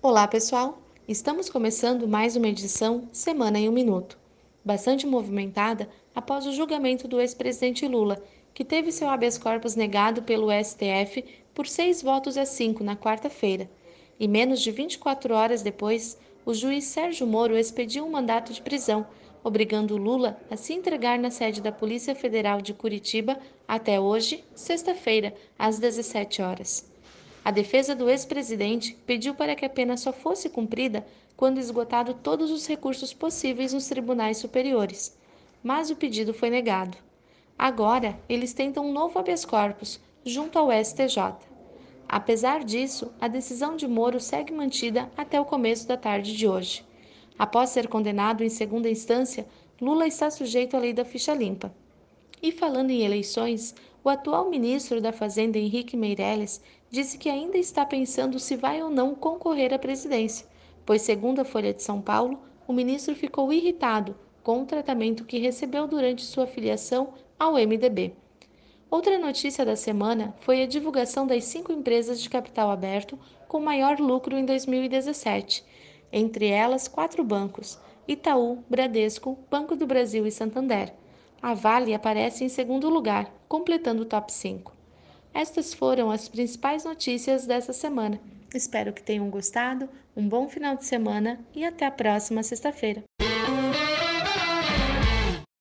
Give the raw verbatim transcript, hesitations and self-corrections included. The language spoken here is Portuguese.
Olá, pessoal! Estamos começando mais uma edição Semana em um Minuto, bastante movimentada após o julgamento do ex-presidente Lula, que teve seu habeas corpus negado pelo S T F por seis votos a cinco na quarta-feira. E menos de vinte e quatro horas depois, o juiz Sérgio Moro expediu um mandato de prisão, obrigando Lula a se entregar na sede da Polícia Federal de Curitiba até hoje, sexta-feira, às dezessete horas. A defesa do ex-presidente pediu para que a pena só fosse cumprida quando esgotado todos os recursos possíveis nos tribunais superiores, mas o pedido foi negado. Agora, eles tentam um novo habeas corpus, junto ao S T J. Apesar disso, a decisão de Moro segue mantida até o começo da tarde de hoje. Após ser condenado em segunda instância, Lula está sujeito à lei da ficha limpa. E falando em eleições, o atual ministro da Fazenda, Henrique Meirelles, disse que ainda está pensando se vai ou não concorrer à presidência, pois, segundo a Folha de São Paulo, o ministro ficou irritado com o tratamento que recebeu durante sua filiação ao M D B. Outra notícia da semana foi a divulgação das cinco empresas de capital aberto com maior lucro em dois mil e dezessete, entre elas quatro bancos: Itaú, Bradesco, Banco do Brasil e Santander. A Vale aparece em segundo lugar, completando o top cinco. Estas foram as principais notícias dessa semana. Espero que tenham gostado, um bom final de semana e até a próxima sexta-feira.